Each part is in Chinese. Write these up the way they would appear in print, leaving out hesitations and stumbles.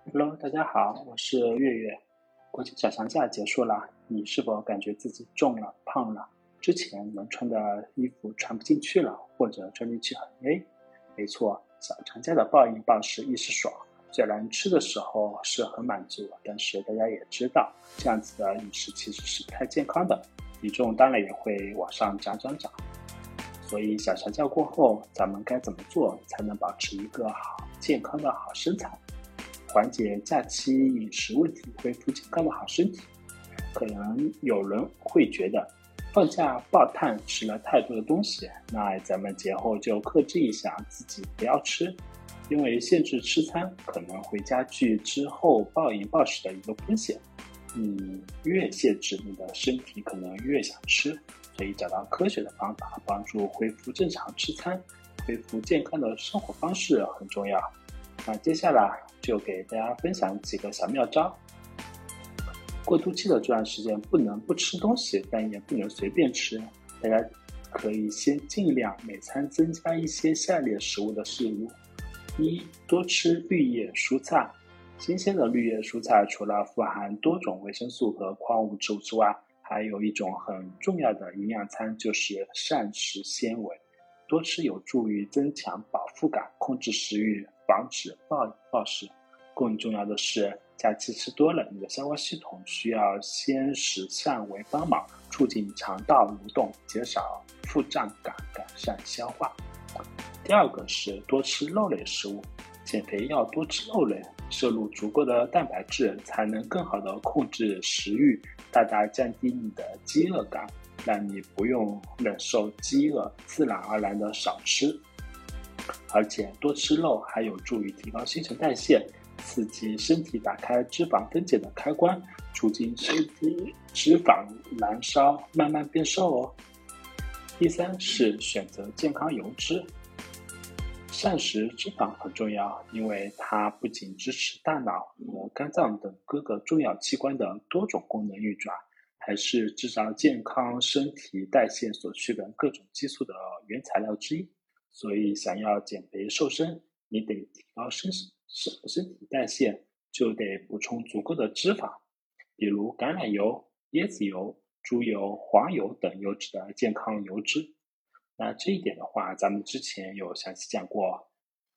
Hello，大家好，我是月月。国庆小长假结束了，你是否感觉自己重了、胖了？之前能穿的衣服穿不进去了，或者穿进去很 A？没错，小长假的暴饮暴食一时爽，虽然吃的时候是很满足，但是大家也知道，这样子的饮食其实是不太健康的，体重当然也会往上涨。所以小长假过后，咱们该怎么做才能保持一个好健康的好身材？缓解假期饮食问题，恢复健康的好身体。可能有人会觉得，放假爆碳吃了太多的东西，那咱们节后就克制一下，自己不要吃，因为限制吃餐可能会加剧之后暴饮暴食的一个风险。你越限制，你的身体可能越想吃，所以找到科学的方法，帮助恢复正常吃餐，恢复健康的生活方式很重要。那接下来就给大家分享几个小妙招。过渡期的这段时间不能不吃东西，但也不能随便吃。大家可以先尽量每餐增加一些下列食物的摄入：一、多吃绿叶蔬菜。新鲜的绿叶蔬菜除了富含多种维生素和矿物质之外，还有一种很重要的营养餐，就是膳食纤维。多吃有助于增强饱腹感，控制食欲，防止暴饮暴食。更重要的是，假期吃多了，你的消化系统需要鲜食纤维帮忙，促进肠道蠕动，减少腹胀感，改善消化。第二个是多吃肉类食物，减肥要多吃肉类，摄入足够的蛋白质，才能更好的控制食欲，大大降低你的饥饿感，让你不用忍受饥饿，自然而然的少吃。而且多吃肉还有助于提高新陈代谢，刺激身体打开脂肪分解的开关，促进身体脂肪燃烧，慢慢变瘦哦。第三是选择健康油脂。膳食脂肪很重要，因为它不仅支持大脑和肝脏等各个重要器官的多种功能运转，还是制造健康身体代谢所需的各种激素的原材料之一。所以，想要减肥瘦身，你得提高身体代谢，就得补充足够的脂肪，比如橄榄油、椰子油、猪油、黄油等优质的健康油脂。那这一点的话，咱们之前有详细讲过。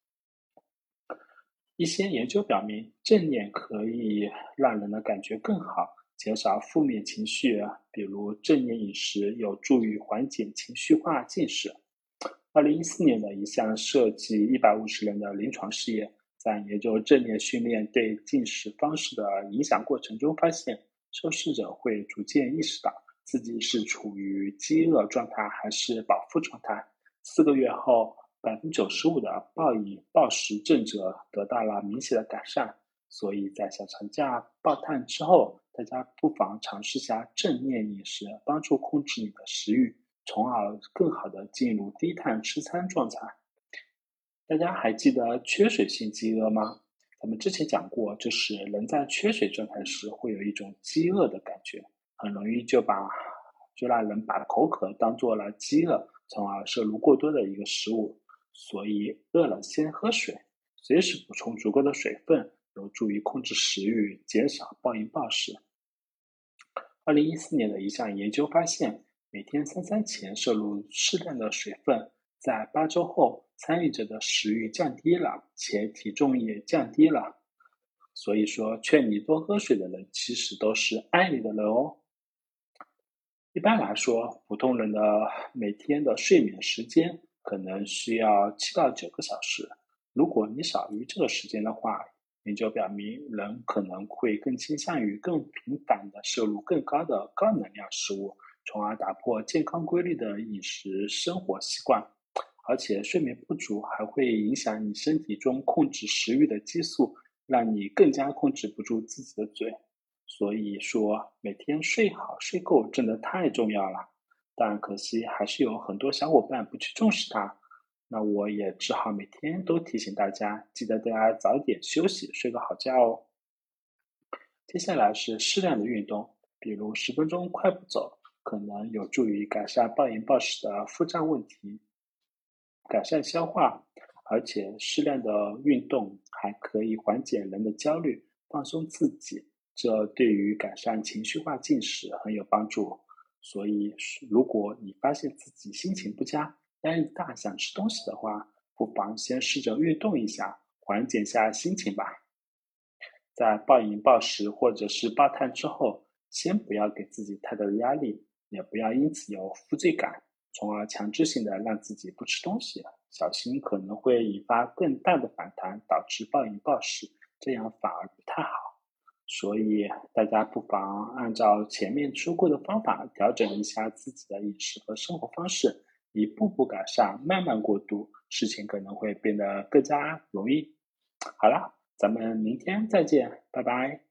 一些研究表明，正念可以让人的感觉更好，减少负面情绪，比如正念饮食有助于缓解情绪化近视。2014年的一项涉及150人的临床试验，在研究正念训练对进食方式的影响过程中发现，受试者会逐渐意识到自己是处于饥饿状态还是饱腹状态。4个月后，95%的暴饮暴食症者得到了明显的改善。所以在小长假爆碳之后，大家不妨尝试下正念饮食，帮助控制你的食欲，从而更好的进入低碳吃餐状态。大家还记得缺水性饥饿吗？咱们之前讲过，就是人在缺水状态时会有一种饥饿的感觉，很容易就让人把口渴当做了饥饿，从而摄入过多的一个食物。所以饿了先喝水，随时补充足够的水分，有助于控制食欲，减少暴饮暴食。2014年的一项研究发现，每天3餐前摄入适量的水分，在8周后，参与者的食欲降低了，且体重也降低了。所以说，劝你多喝水的人，其实都是爱你的人哦。一般来说，普通人的每天的睡眠时间可能需要7到9个小时。如果你少于这个时间的话，研究表明人可能会更倾向于更频繁的摄入更高的高能量食物，从而打破健康规律的饮食生活习惯。而且睡眠不足还会影响你身体中控制食欲的激素，让你更加控制不住自己的嘴。所以说，每天睡好睡够真的太重要了，但可惜还是有很多小伙伴不去重视它。那我也只好每天都提醒大家，记得大家早点休息，睡个好觉哦。接下来是适量的运动，比如10分钟快步走，可能有助于改善暴饮暴食的腹胀问题，改善消化， 而且适量的运动还可以缓解人的焦虑，放松自己，这对于改善情绪化进食很有帮助。所以，如果你发现自己心情不佳、压力大、想吃东西的话，不妨先试着运动一下，缓解下心情吧。在暴饮暴食或者是暴碳之后，先不要给自己太大的压力，也不要因此有负罪感，从而强制性的让自己不吃东西，小心可能会引发更大的反弹，导致暴饮暴食，这样反而不太好。所以大家不妨按照前面说过的方法调整一下自己的饮食和生活方式，一步步改善，慢慢过渡，事情可能会变得更加容易。好了，咱们明天再见，拜拜。